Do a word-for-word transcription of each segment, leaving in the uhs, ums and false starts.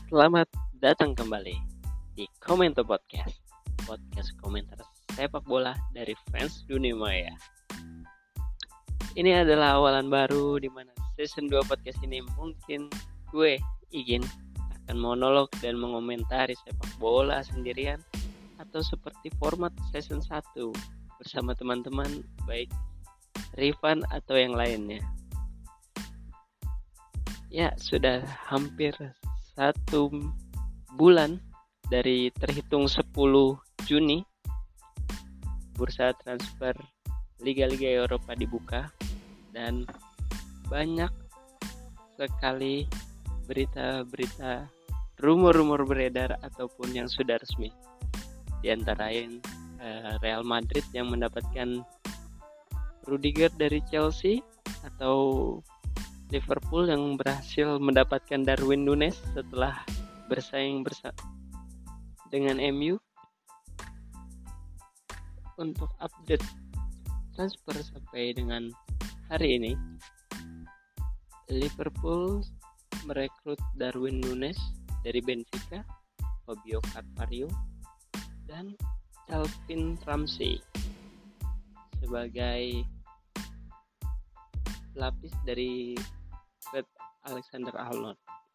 Selamat datang kembali di Komento Podcast, podcast komentar sepak bola dari fans dunia maya. Ini adalah awalan baru di mana season dua podcast ini mungkin gue, Igin, akan monolog dan mengomentari sepak bola sendirian atau seperti format season satu bersama teman-teman baik Rifan atau yang lainnya. Ya, sudah hampir satu bulan dari terhitung sepuluh Juni bursa transfer liga-liga Eropa dibuka dan banyak sekali berita-berita rumor-rumor beredar ataupun yang sudah resmi. Di antara lain Real Madrid yang mendapatkan Rudiger dari Chelsea atau Liverpool yang berhasil mendapatkan Darwin Núñez setelah bersaing bersama dengan M U. Untuk update transfer sampai dengan hari ini, Liverpool merekrut Darwin Núñez dari Benfica, Fabio Carvalho, dan Calvin Ramsey sebagai pelapis dari Trent Alexander-Arnold.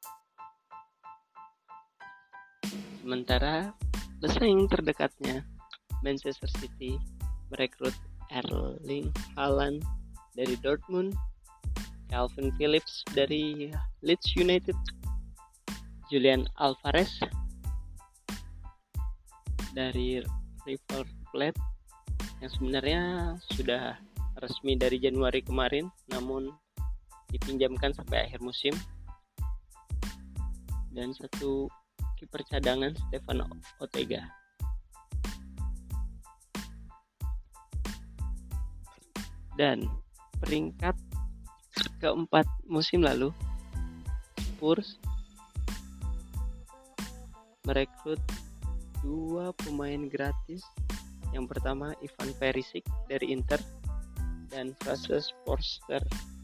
Sementara pesaing terdekatnya Manchester City merekrut Erling Haaland dari Dortmund, Calvin Phillips dari Leeds United, Julian Alvarez dari River Plate yang sebenarnya sudah resmi dari Januari kemarin namun dipinjamkan sampai akhir musim, dan satu kiper cadangan Stefan Ortega. Dan peringkat keempat musim lalu Spurs merekrut dua pemain gratis. Yang pertama Ivan Perisic dari Inter dan Francis Forster,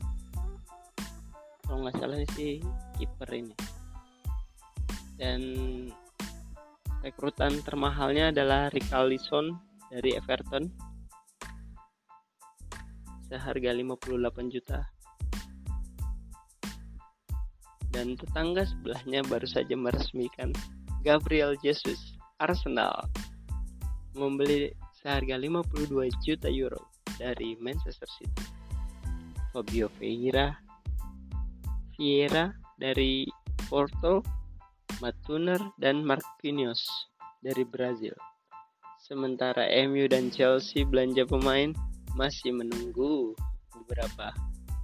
kalau nggak salah sih kiper ini. Dan rekrutan termahalnya adalah Richarlison dari Everton seharga lima puluh delapan juta. Dan tetangga sebelahnya baru saja meresmikan Gabriel Jesus. Arsenal membeli seharga lima puluh dua juta euro dari Manchester City Fabio Vieira Vieira dari Porto, Matt Turner dan Marquinhos dari Brazil. Sementara M U dan Chelsea belanja pemain masih menunggu beberapa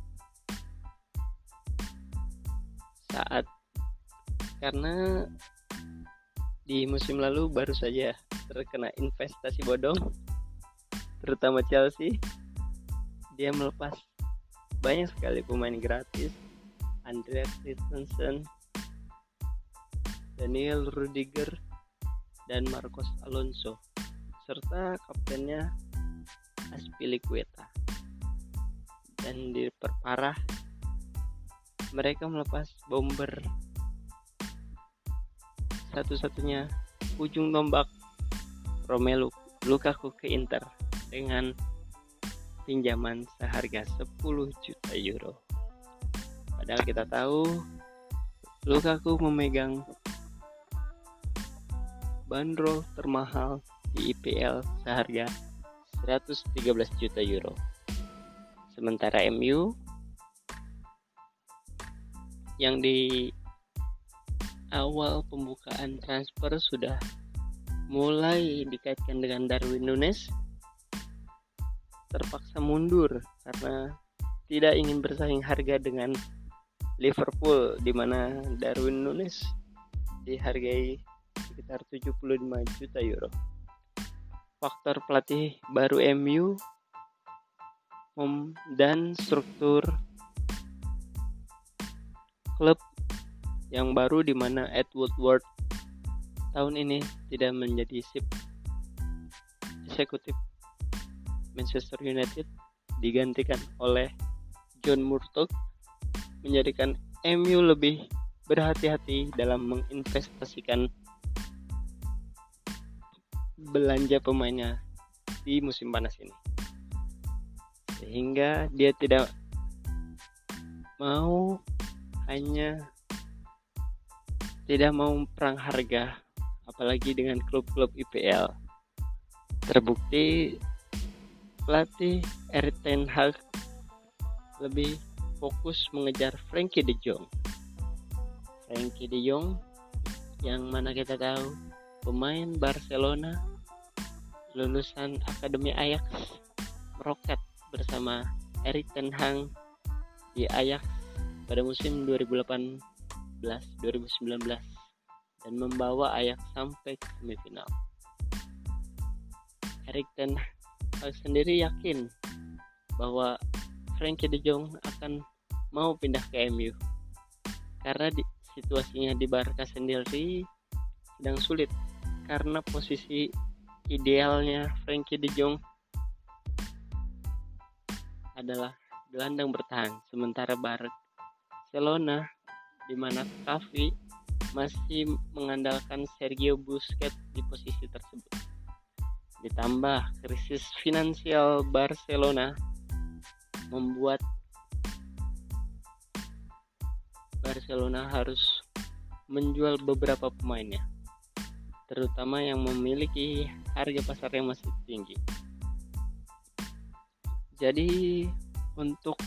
saat karena di musim lalu baru saja terkena investasi bodong, terutama Chelsea. Dia melepas banyak sekali pemain gratis, Andreas Christensen, Daniel Rudiger, dan Marcos Alonso, serta kaptennya Azpilicueta. Dan diperparah, mereka melepas bomber satu-satunya ujung tombak Romelu Lukaku ke Inter dengan pinjaman seharga sepuluh juta euro. Padahal kita tahu Lukaku memegang bandrol termahal di I P L seharga seratus tiga belas juta euro. Sementara M U yang di awal pembukaan transfer sudah mulai dikaitkan dengan Darwin Núñez terpaksa mundur karena tidak ingin bersaing harga dengan Liverpool, di mana Darwin Núñez dihargai sekitar tujuh puluh lima juta euro. Faktor pelatih baru M U dan struktur klub yang baru, di mana Ed Woodward tahun ini tidak menjadi chief eksekutif Manchester United, digantikan oleh John Murtough, menjadikan M U lebih berhati-hati dalam menginvestasikan belanja pemainnya di musim panas ini, sehingga dia tidak mau hanya tidak mau perang harga, apalagi dengan klub-klub I P L. Terbukti pelatih Erik ten Hag lebih fokus mengejar Frenkie de Jong. Frenkie de Jong yang mana kita tahu pemain Barcelona lulusan Akademi Ajax, meroket bersama Erik ten Hag di Ajax pada musim dua ribu delapan belas dua ribu sembilan belas dan membawa Ajax sampai ke semifinal. Erik ten Hag sendiri yakin bahwa Frenkie de Jong akan mau pindah ke M U karena di, situasinya di Barca sendiri sedang sulit karena posisi idealnya Frenkie de Jong adalah gelandang bertahan, sementara Barcelona di mana Xavi masih mengandalkan Sergio Busquets di posisi tersebut. Ditambah krisis finansial Barcelona membuat Barcelona harus menjual beberapa pemainnya, terutama yang memiliki harga pasar yang masih tinggi. Jadi untuk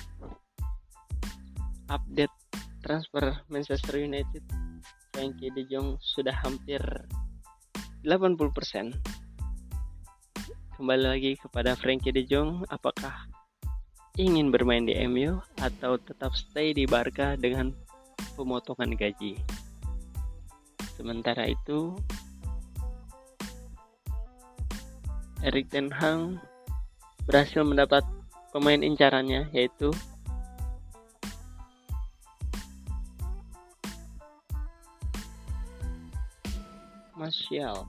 update transfer Manchester United, Frenkie de Jong sudah hampir delapan puluh persen. Kembali lagi kepada Frenkie de Jong, apakah ingin bermain di M U atau tetap stay di Barca dengan pemotongan gaji. Sementara itu Erik ten Hag berhasil mendapat pemain incarannya, yaitu Martial,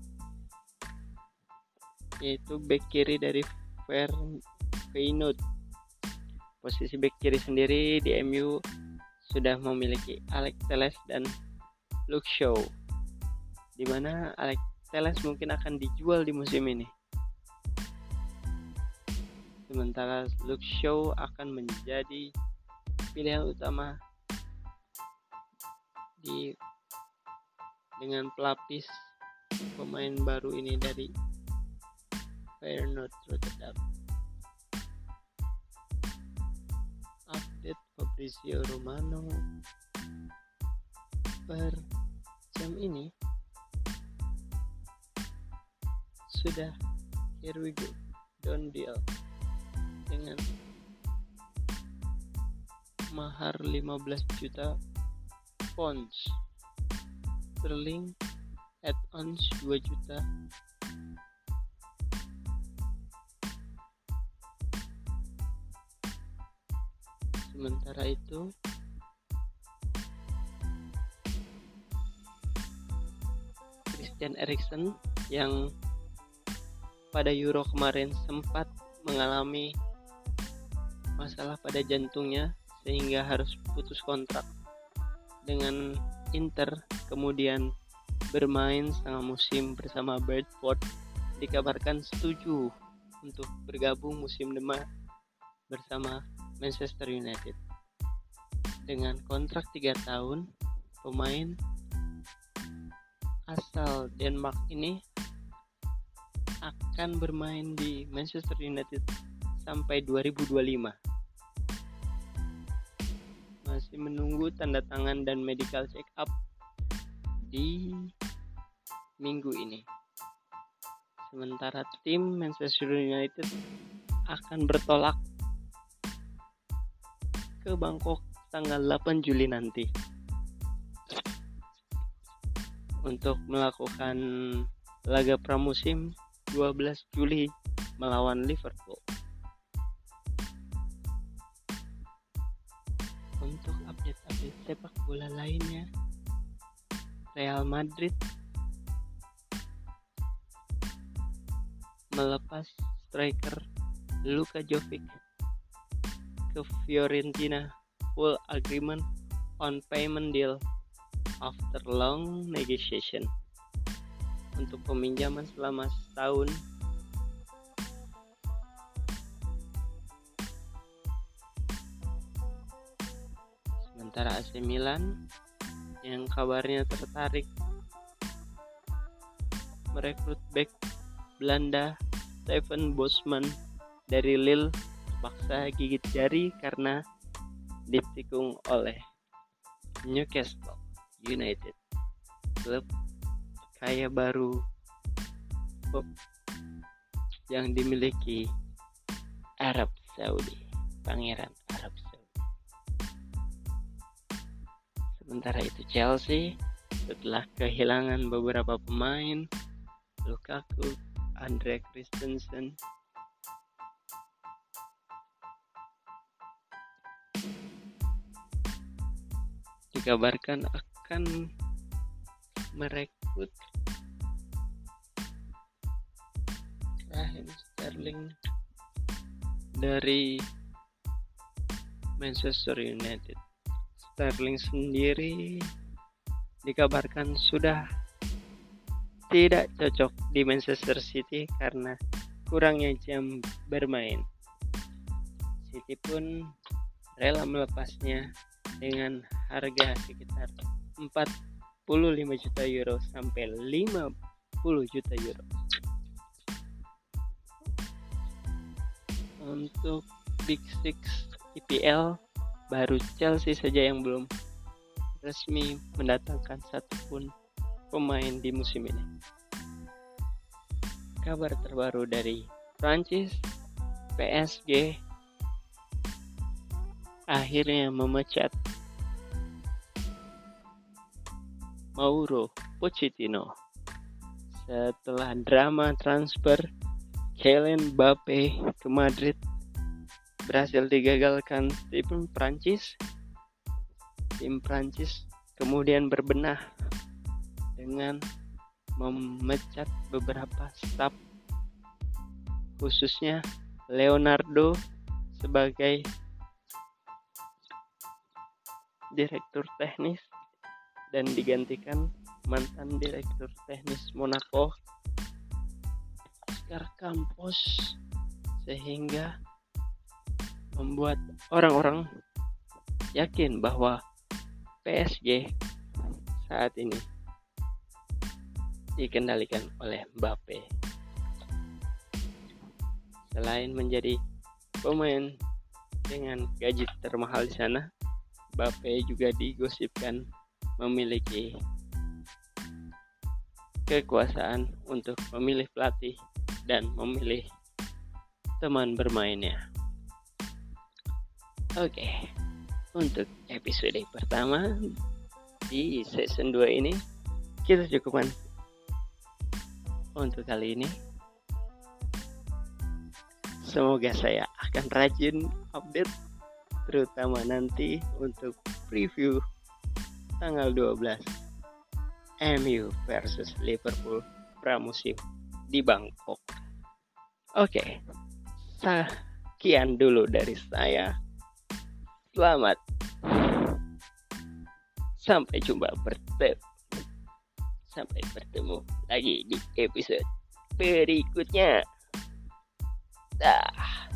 yaitu bek kiri dari Feyenoord. Posisi bek kiri sendiri di M U sudah memiliki Alex Telles dan Luke Shaw, di mana Alex Telles mungkin akan dijual di musim ini, sementara Luke Shaw akan menjadi pilihan utama di dengan pelapis pemain baru ini dari Feyenoord Rotterdam. Update Fabrizio Romano per jam ini sudah here we go done deal dengan mahar lima belas juta pounds sterling, add-ons dua juta. Sementara itu Christian Eriksen yang pada Euro kemarin sempat mengalami masalah pada jantungnya sehingga harus putus kontrak dengan Inter, kemudian bermain setengah musim bersama Brentford, dikabarkan setuju untuk bergabung musim depan bersama Manchester United. Dengan kontrak tiga tahun, pemain asal Denmark ini akan bermain di Manchester United sampai dua ribu dua puluh lima. Masih menunggu tanda tangan dan medical check up di minggu ini. Sementara tim Manchester United akan bertolak ke Bangkok tanggal delapan Juli nanti untuk melakukan laga pramusim dua belas Juli melawan Liverpool. Untuk update-update sepak bola lainnya, Real Madrid melepas striker Luka Jovic ke Fiorentina full agreement on payment deal after long negotiation untuk peminjaman selama setahun. Sementara A C Milan yang kabarnya tertarik merekrut bek Belanda Steven Bosman dari Lille terpaksa gigit jari karena ditikung oleh Newcastle United, klub kaya baru yang dimiliki Arab Saudi, Pangeran Arab Saudi. Sementara itu Chelsea setelah kehilangan beberapa pemain, Lukaku, Andre Christensen, dikabarkan akan merekrut Raheem Sterling dari Manchester United. Sterling sendiri dikabarkan sudah tidak cocok di Manchester City karena kurangnya jam bermain. City pun rela melepasnya dengan harga sekitar empat puluh lima juta euro sampai lima puluh juta euro. Untuk Big Six E P L, baru Chelsea saja yang belum resmi mendatangkan satupun pemain di musim ini. Kabar terbaru dari Prancis, P S G akhirnya memecat Mauro Pochettino setelah drama transfer Kylian Mbappe ke Madrid berhasil digagalkan tim Prancis. Tim Prancis kemudian berbenah dengan memecat beberapa staf, khususnya Leonardo sebagai direktur teknis dan digantikan mantan direktur teknis Monaco Oscar Campos, sehingga membuat orang-orang yakin bahwa P S G saat ini dikendalikan oleh Mbappe. Selain menjadi pemain dengan gaji termahal di sana, Mbappe juga digosipkan memiliki kekuasaan untuk memilih pelatih dan memilih teman bermainnya. Oke, untuk episode pertama di season dua ini kita cukupkan untuk kali ini. Semoga saya akan rajin update, terutama nanti untuk preview tanggal dua belas M U versus Liverpool pramusim di Bangkok. Oke, sekian dulu dari saya. Selamat. Sampai jumpa bertemu. Sampai bertemu lagi di episode berikutnya. Dah.